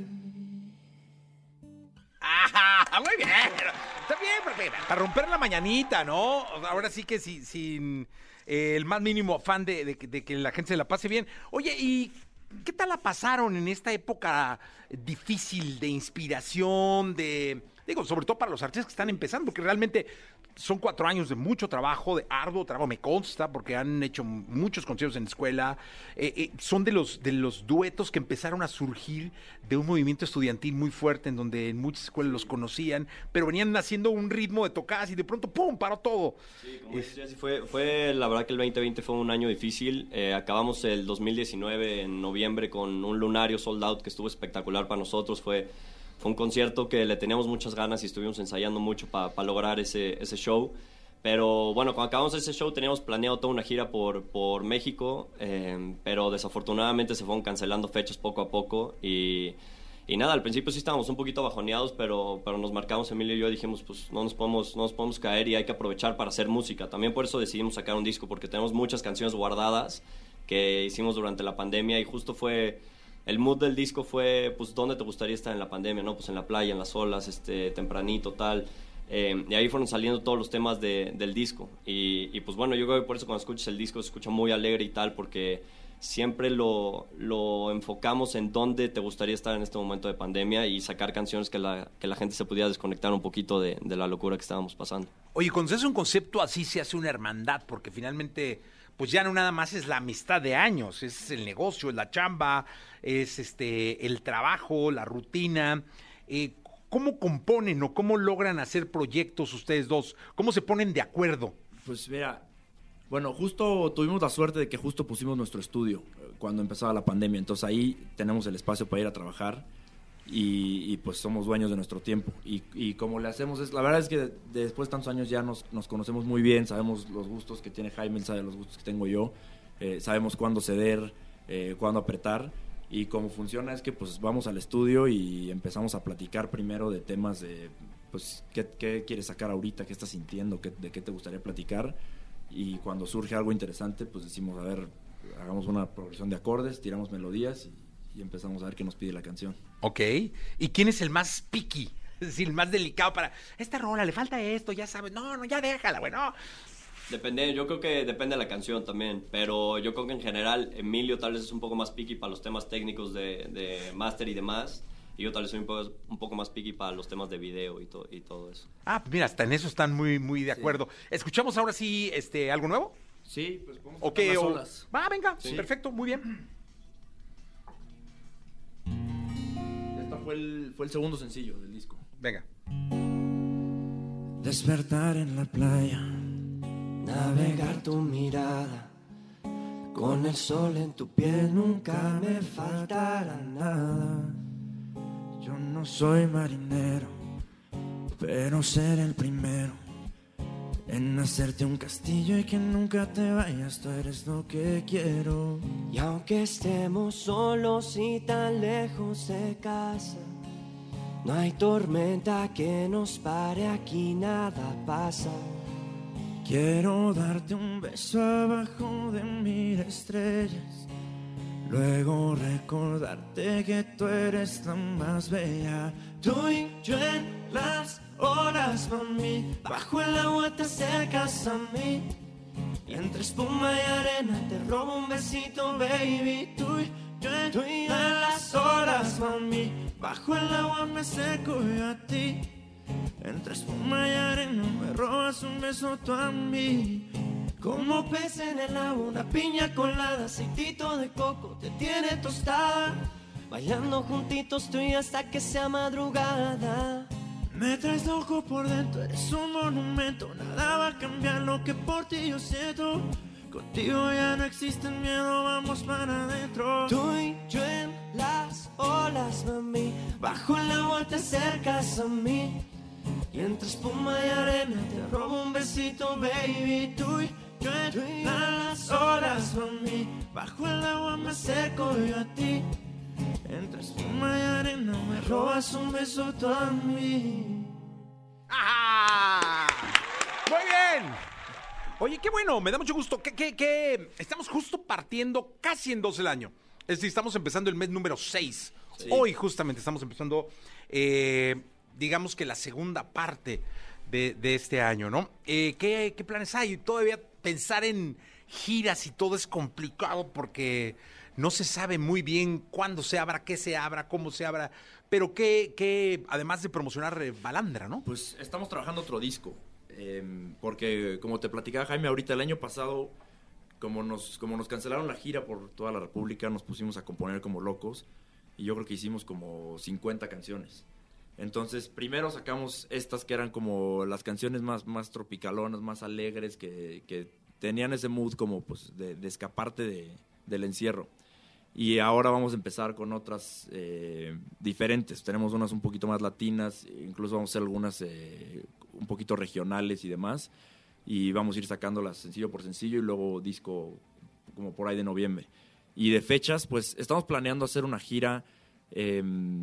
¡Ah! Muy bien. Está bien, porque para romper la mañanita, ¿no? Ahora sí que si, sin eh, el más mínimo afán de, de, de que la gente se la pase bien. Oye, ¿y qué tal la pasaron en esta época difícil de inspiración, de... Digo, sobre todo para los artistas que están empezando, porque realmente son cuatro años de mucho trabajo, de arduo trabajo, me consta, porque han hecho muchos conciertos en escuela. Eh, eh, son de los, de los duetos que empezaron a surgir de un movimiento estudiantil muy fuerte, en donde en muchas escuelas los conocían, pero venían haciendo un ritmo de tocadas y de pronto, ¡pum!, paró todo. Sí, como es... decía, sí fue, fue, la verdad que el veinte veinte fue un año difícil. Eh, acabamos el dos mil diecinueve en noviembre con un Lunario sold out que estuvo espectacular para nosotros. Fue... Fue un concierto que le teníamos muchas ganas y estuvimos ensayando mucho para pa lograr ese, ese show. Pero bueno, cuando acabamos ese show teníamos planeado toda una gira por, por México, eh, pero desafortunadamente se fueron cancelando fechas poco a poco. Y, y nada, al principio sí estábamos un poquito bajoneados, pero, pero nos marcamos, Emilio y yo, dijimos, pues no nos, podemos, no nos podemos caer y hay que aprovechar para hacer música. También por eso decidimos sacar un disco, porque tenemos muchas canciones guardadas que hicimos durante la pandemia y justo fue... El mood del disco fue, pues, ¿dónde te gustaría estar en la pandemia? ¿No? Pues en la playa, en las olas, este, tempranito, tal. Eh, y ahí fueron saliendo todos los temas de, del disco. Y, y, pues, bueno, yo creo que por eso cuando escuchas el disco se escucha muy alegre y tal, porque siempre lo, lo enfocamos en dónde te gustaría estar en este momento de pandemia y sacar canciones que la, que la gente se pudiera desconectar un poquito de, de la locura que estábamos pasando. Oye, cuando se hace un concepto así se hace una hermandad, porque finalmente... pues ya no nada más es la amistad de años, es el negocio, es la chamba, es este el trabajo, la rutina. Eh, ¿Cómo componen o cómo logran hacer proyectos ustedes dos? ¿Cómo se ponen de acuerdo? Pues mira, bueno, justo tuvimos la suerte de que justo pusimos nuestro estudio cuando empezaba la pandemia, entonces ahí tenemos el espacio para ir a trabajar. Y, y pues somos dueños de nuestro tiempo y, y como le hacemos es, la verdad es que de, de después de tantos años ya nos, nos conocemos muy bien, sabemos los gustos que tiene Jaime, él sabe los gustos que tengo yo, eh, sabemos cuándo ceder, eh, cuándo apretar y cómo funciona es que pues vamos al estudio y empezamos a platicar primero de temas de pues qué, qué quieres sacar ahorita, qué estás sintiendo, qué, de qué te gustaría platicar y cuando surge algo interesante pues decimos a ver, hagamos una progresión de acordes, tiramos melodías y y empezamos a ver qué nos pide la canción. Ok. ¿Y quién es el más picky? Es decir, el más delicado para... Esta rola, le falta esto, ya sabes. No, no, ya déjala, güey, no. Depende, yo creo que depende de la canción también, pero yo creo que en general Emilio tal vez es un poco más picky para los temas técnicos de, de máster y demás, y yo tal vez soy un poco, un poco más picky para los temas de video y, to, y todo eso. Ah, pues mira, hasta en eso están muy, muy de acuerdo. Sí. ¿Escuchamos ahora sí este, algo nuevo? Sí, pues podemos ¿O cantar qué? las O... olas. Va, venga, Sí. perfecto, muy bien. Este fue el, fue el segundo sencillo del disco. Venga. Despertar en la playa, navegar tu mirada, con el sol en tu piel nunca me faltará nada. Yo no soy marinero, pero ser el primero en hacerte un castillo y que nunca te vayas, tú eres lo que quiero. Y aunque estemos solos y tan lejos de casa, no hay tormenta que nos pare, aquí nada pasa. Quiero darte un beso abajo de mil estrellas, luego recordarte que tú eres la más bella. Tú y yo en las olas, mami, bajo el agua te acercas a mí, y entre espuma y arena te robo un besito, baby. Tú y yo en, tú y yo en las olas, mami, bajo el agua me acerco yo a ti, entre espuma y arena me robas un beso tú a mí. Como pez en el agua, una piña colada, aceitito de coco te tiene tostada, bailando juntitos tú y yo hasta que sea madrugada. Me traes loco por dentro, eres un monumento, nada va a cambiar lo que por ti yo siento. Contigo ya no existe el miedo, vamos para adentro. Tú y yo en las olas, mami, bajo el agua te acercas a mí, y entre espuma y arena te robo un besito, baby. Tú y yo en las olas, mami, bajo el agua me acerco yo a ti, entre espuma y arena me robas un beso tú a mí. ¡Ah! Muy bien. Oye, qué bueno, me da mucho gusto. Que, que, que estamos justo partiendo casi en dos el año. Es decir, estamos empezando el mes número seis. Sí. Hoy justamente estamos empezando, eh, digamos que la segunda parte de, de este año, ¿no? Eh, ¿qué, ¿Qué planes hay? Todavía pensar en giras y todo es complicado porque no se sabe muy bien cuándo se abra, qué se abra, cómo se abra. Pero qué, qué además de promocionar eh, Balandra, ¿no? Pues estamos trabajando otro disco. Eh, porque, como te platicaba Jaime, ahorita el año pasado, como nos, como nos cancelaron la gira por toda la República, nos pusimos a componer como locos. Y yo creo que hicimos como cincuenta canciones. Entonces, primero sacamos estas que eran como las canciones más, más tropicalonas, más alegres, que, que tenían ese mood como pues de, de escaparte de, del encierro. Y ahora vamos a empezar con otras eh, diferentes. Tenemos unas un poquito más latinas, incluso vamos a hacer algunas eh, un poquito regionales y demás. Y vamos a ir sacándolas sencillo por sencillo y luego disco como por ahí de noviembre. Y de fechas, pues estamos planeando hacer una gira eh,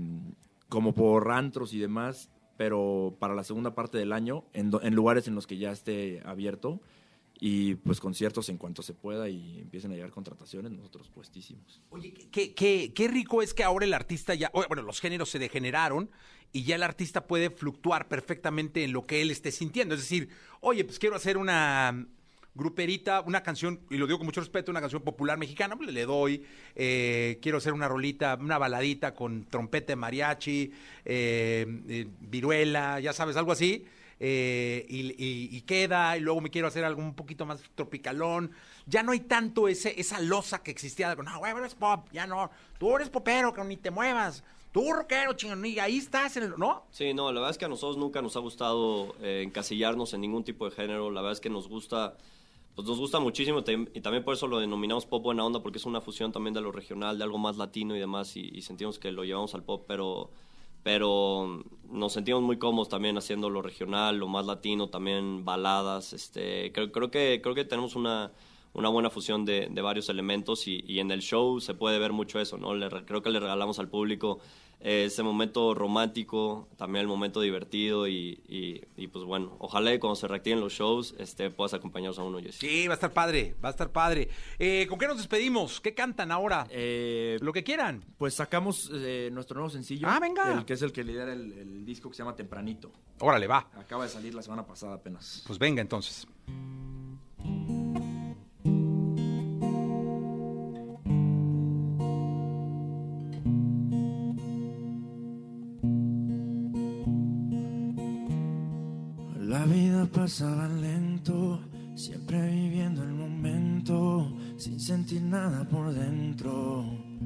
como por antros y demás, pero para la segunda parte del año, en, do, en lugares en los que ya esté abierto. Y pues conciertos en cuanto se pueda y empiecen a llegar contrataciones, nosotros puestísimos. Oye, qué, qué, qué rico es que ahora el artista ya, bueno, los géneros se degeneraron y ya el artista puede fluctuar perfectamente en lo que él esté sintiendo. Es decir, oye, pues quiero hacer una gruperita, una canción, y lo digo con mucho respeto, una canción popular mexicana, pues le doy. Eh, quiero hacer una rolita, una baladita con trompeta de mariachi, eh, eh, viruela, ya sabes, algo así. Eh, y, y, y queda, y luego me quiero hacer algo un poquito más tropicalón. Ya no hay tanto ese esa losa que existía. No, güey, eres pop, ya no. Tú eres popero, que ni te muevas. Tú rockero, chingón, y ahí estás, en el, ¿no? Sí, no, la verdad es que a nosotros nunca nos ha gustado eh, encasillarnos en ningún tipo de género. La verdad es que nos gusta, pues nos gusta muchísimo y también por eso lo denominamos pop buena onda, porque es una fusión también de lo regional, de algo más latino y demás, y, y sentimos que lo llevamos al pop, pero... pero nos sentimos muy cómodos también haciendo lo regional, lo más latino, también baladas. Este, creo, creo que creo que tenemos una, una buena fusión de, de varios elementos y, y en el show se puede ver mucho eso, ¿no? Le, creo que le regalamos al público eh, ese momento romántico, también el momento divertido y, y, y pues bueno, ojalá que cuando se reactiven los shows este, puedas acompañarnos a uno, Jesse. Sí, va a estar padre, va a estar padre. Eh, ¿Con qué nos despedimos? ¿Qué cantan ahora? Eh, Lo que quieran. Pues sacamos eh, nuestro nuevo sencillo. Ah, venga. El que es el que lidera el, el disco que se llama Tempranito. Órale, va. Acaba de salir la semana pasada apenas. Pues venga, entonces. La vida pasaba lento, Siempre viviendo el momento, sin sentir nada por dentro.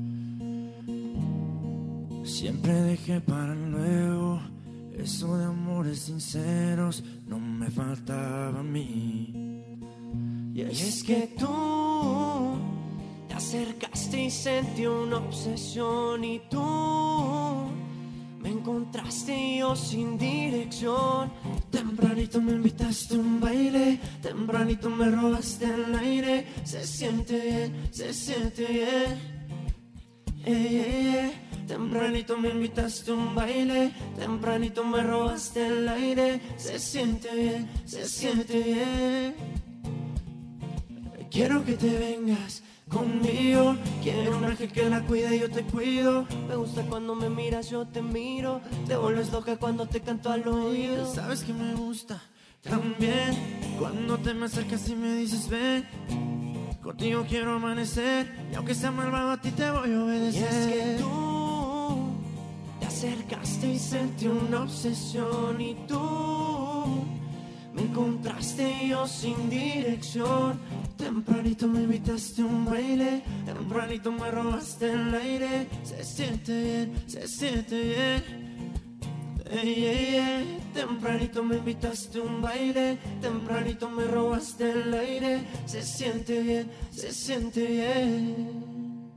Siempre dejé para luego eso de amores sinceros, no me faltaba a mí. Y es que tú te acercaste y sentí una obsesión, y tú me encontraste y yo sin dirección. Tempranito me invitaste a un baile, tempranito me robaste el aire. Se siente bien, se siente bien. Ey, ey, ey. Tempranito me invitaste a un baile, tempranito me robaste el aire. Se siente bien, se siente bien. Quiero que te vengas conmigo, quiero un ángel que la cuide y yo te cuido. Me gusta cuando me miras, yo te miro. Te vuelves loca cuando te canto al oído. Sabes que me gusta también cuando te me acercas y me dices ven. Contigo quiero amanecer, y aunque sea malvado a ti te voy a obedecer. Y es que tú te acercaste y sentí una obsesión, y tú me encontraste y yo sin dirección. Tempranito me invitaste a un baile, tempranito me robaste el aire. Se siente bien, se siente bien. Ey, ey, ey. Tempranito me invitaste a un baile, tempranito me robaste el aire. Se siente bien, se siente bien.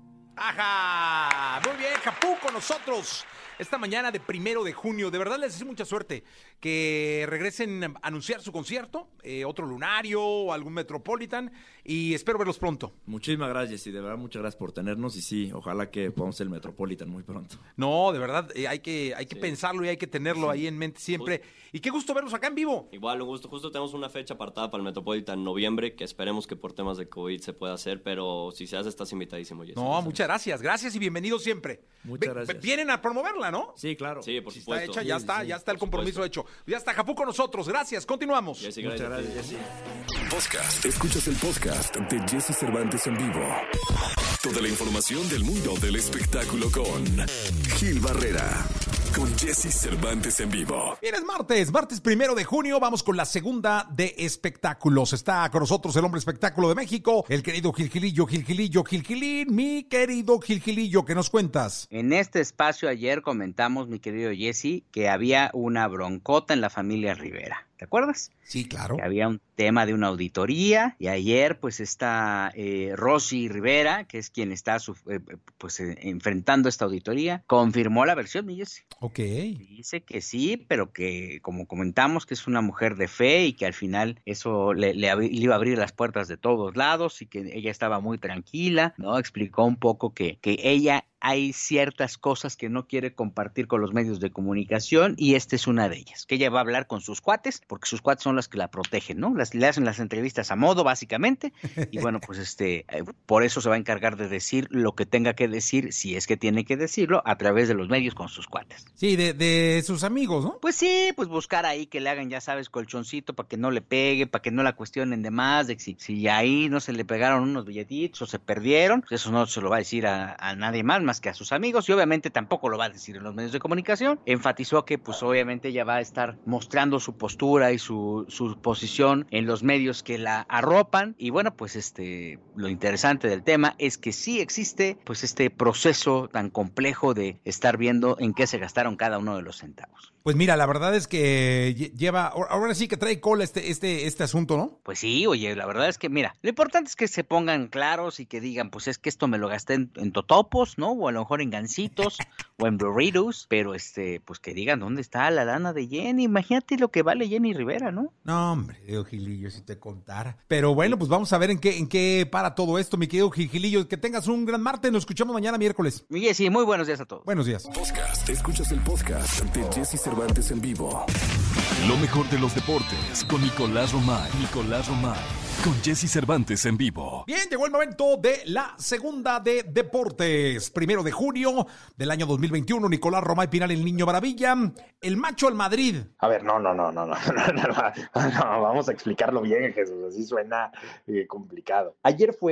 ¡Ajá! Muy bien, Japú con nosotros esta mañana de primero de junio. De verdad les deseo mucha suerte. Que regresen a anunciar su concierto, eh, otro Lunario o algún Metropolitan, y espero verlos pronto. Muchísimas gracias, y de verdad muchas gracias por tenernos, y sí, ojalá que podamos ser el Metropolitan muy pronto. No, de verdad, eh, hay que, hay que sí. pensarlo y hay que tenerlo sí. ahí en mente siempre. Justo. Y qué gusto verlos acá en vivo. Igual, un gusto. Justo tenemos una fecha apartada para el Metropolitan en noviembre, que esperemos que por temas de COVID se pueda hacer, pero si se hace estás invitadísimo, Jesse. No, muchas gracias, gracias y bienvenidos siempre. Muchas v- gracias. Vienen a promoverla, ¿no? Sí, claro. Sí, por si supuesto. Está hecha, ya sí, está, sí, ya está el compromiso supuesto. hecho. Ya está Japú con nosotros, gracias, continuamos. Jesse, muchas gracias, gracias, Jesse. Podcast. Escuchas el podcast de Jesse Cervantes en vivo. Toda la información del mundo del espectáculo con Gil Barrera. Con Jesse Cervantes en vivo. Bien, es martes, martes primero de junio. Vamos con la segunda de espectáculos. Está con nosotros el hombre espectáculo de México, el querido Gilgilillo, Gilgilillo, Gilgilín. Mi querido Gilgilillo, ¿qué nos cuentas? En este espacio ayer comentamos, mi querido Jesse, que había una broncota en la familia Rivera. ¿Te acuerdas? Sí, claro. Que había un tema de una auditoría, y ayer pues está eh, Rosy Rivera, que es quien está su, eh, pues eh, enfrentando esta auditoría, confirmó la versión, mi Jesse. Ok. Dice que sí, pero que como comentamos que es una mujer de fe y que al final eso le, le, le iba a abrir las puertas de todos lados y que ella estaba muy tranquila, ¿no? Explicó un poco que, que ella hay ciertas cosas que no quiere compartir con los medios de comunicación y esta es una de ellas, que ella va a hablar con sus cuates, porque sus cuates son las que la protegen, ¿no? Las, le hacen las entrevistas a modo, básicamente, y bueno, pues este, eh, por eso se va a encargar de decir lo que tenga que decir, si es que tiene que decirlo, a través de los medios con sus cuates. Sí, de, de sus amigos, ¿no? Pues sí, pues buscar ahí que le hagan, ya sabes, colchoncito para que no le pegue, para que no la cuestionen de más, de que si, si ahí no se le pegaron unos billetitos o se perdieron, pues eso no se lo va a decir a, a nadie más, más que a sus amigos, y obviamente tampoco lo va a decir en los medios de comunicación. Enfatizó que pues obviamente ella va a estar mostrando su postura y su, su posición en los medios que la arropan, y bueno, pues este, lo interesante del tema es que sí existe pues este proceso tan complejo de estar viendo en qué se gastaron cada uno de los centavos. Pues mira, la verdad es que lleva, ahora sí que trae cola este, este, este asunto, ¿no? Pues sí, oye, la verdad es que mira, lo importante es que se pongan claros y que digan, pues es que esto me lo gasté en, en totopos, ¿no? O a lo mejor en gancitos o en burritos, pero este, pues que digan dónde está la lana de Jenny. Imagínate lo que vale Jenny Rivera, ¿no? No, hombre, Diego Gilillo, si te contara. Pero bueno, pues vamos a ver en qué, en qué para todo esto, mi querido Gilillo. Que tengas un gran martes, nos escuchamos mañana miércoles. Y sí, muy buenos días a todos. Buenos días. Podcast. Escuchas el podcast de Jesse Cervantes en vivo. Lo mejor de los deportes con Nicolás Romay. Nicolás Romay. Con Jesse Cervantes en vivo. Bien, llegó el momento de la segunda de deportes. Primero de junio del año dos mil veintiuno, Nicolás Romay Pinal, el Niño Maravilla, el macho al Madrid. A ver, no, no, no, no, no, no, no, no, no, vamos a explicarlo bien, Jesús, así suena eh, complicado. Ayer fue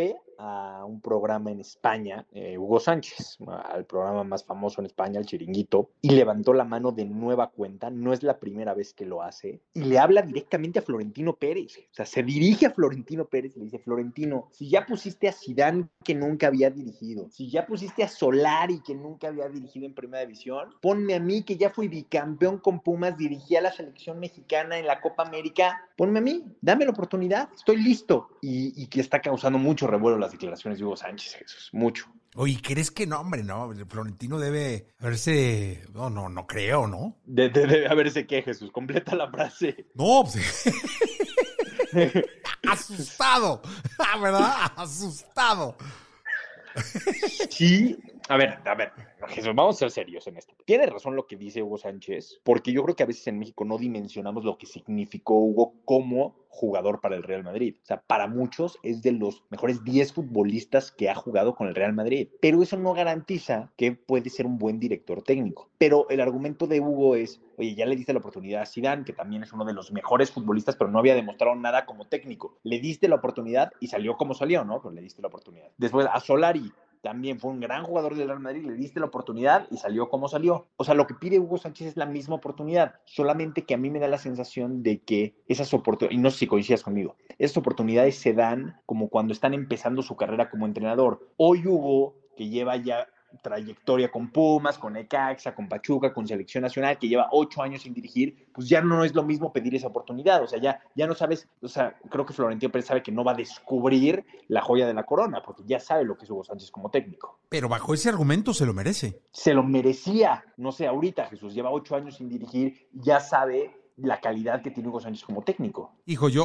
a un programa en España, eh, Hugo Sánchez, al programa más famoso en España, El Chiringuito, y levantó la mano de nueva cuenta, no es la primera vez que lo hace, y le habla directamente a Florentino Pérez, o sea, se dirige a Florentino Pérez y le dice, Florentino, si ya pusiste a Zidane que nunca había dirigido, si ya pusiste a Solari que nunca había dirigido en Primera División, ponme a mí que ya fui bicampeón con Pumas, dirigí a la selección mexicana en la Copa América, ponme a mí, dame la oportunidad, estoy listo. Y, y que está causando mucho revuelo las declaraciones de Hugo Sánchez, Jesús, mucho. Oye, ¿crees que no, hombre, no? Florentino debe haberse... No, no, no creo, ¿no? De, de, debe haberse qué, Jesús, completa la frase. No, pues... asustado, ¿verdad? Asustado. Sí, a ver, a ver, Jesús, vamos a ser serios en esto. Tiene razón lo que dice Hugo Sánchez, porque yo creo que a veces en México no dimensionamos lo que significó Hugo como jugador para el Real Madrid. O sea, para muchos es de los mejores diez futbolistas que ha jugado con el Real Madrid, pero eso no garantiza que puede ser un buen director técnico. Pero el argumento de Hugo es, oye, ya le diste la oportunidad a Zidane, que también es uno de los mejores futbolistas, pero no había demostrado nada como técnico. Le diste la oportunidad y salió como salió, ¿no? Pero le diste la oportunidad. Después a Solari, también fue un gran jugador del Real Madrid, le diste la oportunidad y salió como salió. O sea, lo que pide Hugo Sánchez es la misma oportunidad, solamente que a mí me da la sensación de que esas oportunidades, y no sé si coincidas conmigo, esas oportunidades se dan como cuando están empezando su carrera como entrenador. Hoy Hugo, que lleva ya trayectoria con Pumas, con Necaxa, con Pachuca, con Selección Nacional, que lleva ocho años sin dirigir, pues ya no es lo mismo pedir esa oportunidad, o sea, ya, ya no sabes, o sea, creo que Florentino Pérez sabe que no va a descubrir la joya de la corona, porque ya sabe lo que es Hugo Sánchez como técnico. Pero bajo ese argumento se lo merece. Se lo merecía, no sé, ahorita Jesús, lleva ocho años sin dirigir, ya sabe la calidad que tiene Hugo Sánchez como técnico. Hijo, yo,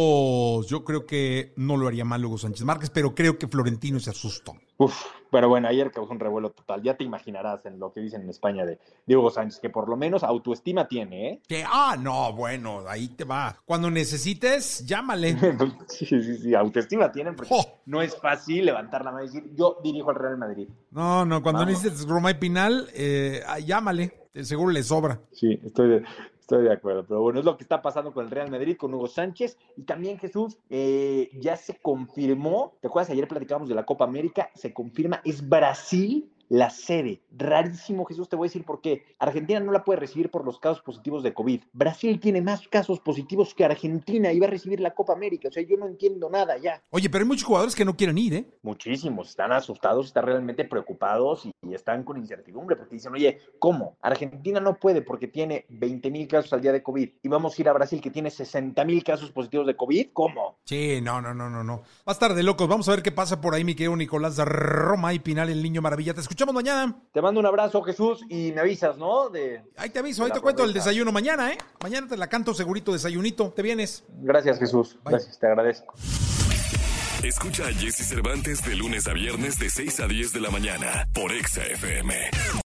yo, yo creo que no lo haría mal Hugo Sánchez Márquez, pero creo que Florentino se asustó. Uf, pero bueno, ayer causó un revuelo total. Ya te imaginarás en lo que dicen en España de, de Hugo Sánchez, que por lo menos autoestima tiene, ¿eh? Que, ah, no, bueno, ahí te va. Cuando necesites, llámale. sí, sí, sí, autoestima tienen, porque oh. no es fácil levantar la mano y decir, yo dirijo al Real Madrid. No, no, cuando Vamos. necesites Romay Pinal, eh, llámale, seguro le sobra. Sí, estoy de... Estoy de acuerdo, pero bueno, es lo que está pasando con el Real Madrid, con Hugo Sánchez, y también Jesús, eh, ya se confirmó, ¿te acuerdas? Ayer platicábamos de la Copa América, se confirma, es Brasil la sede. Rarísimo, Jesús, te voy a decir por qué. Argentina no la puede recibir por los casos positivos de COVID. Brasil tiene más casos positivos que Argentina y va a recibir la Copa América. O sea, yo no entiendo nada ya. Oye, pero hay muchos jugadores que no quieren ir, ¿eh? Muchísimos. Están asustados, están realmente preocupados y, y están con incertidumbre porque dicen, oye, ¿cómo? Argentina no puede porque tiene veinte mil casos al día de COVID y vamos a ir a Brasil que tiene sesenta mil casos positivos de COVID. ¿Cómo? Sí, no, no, no, no, no. Va a estar de locos. Vamos a ver qué pasa por ahí, mi querido Nicolás Romay Pinal, el Niño Maravilla. Te escuchamos mañana. Te mando un abrazo, Jesús, y me avisas, ¿no? De, ahí te aviso, ahí te cuento el desayuno mañana, ¿eh? Mañana te la canto segurito, desayunito. ¿Te vienes? Gracias, Jesús. Bye. Gracias, te agradezco. Escucha a Jesse Cervantes de lunes a viernes de seis a diez de la mañana por Exa F M.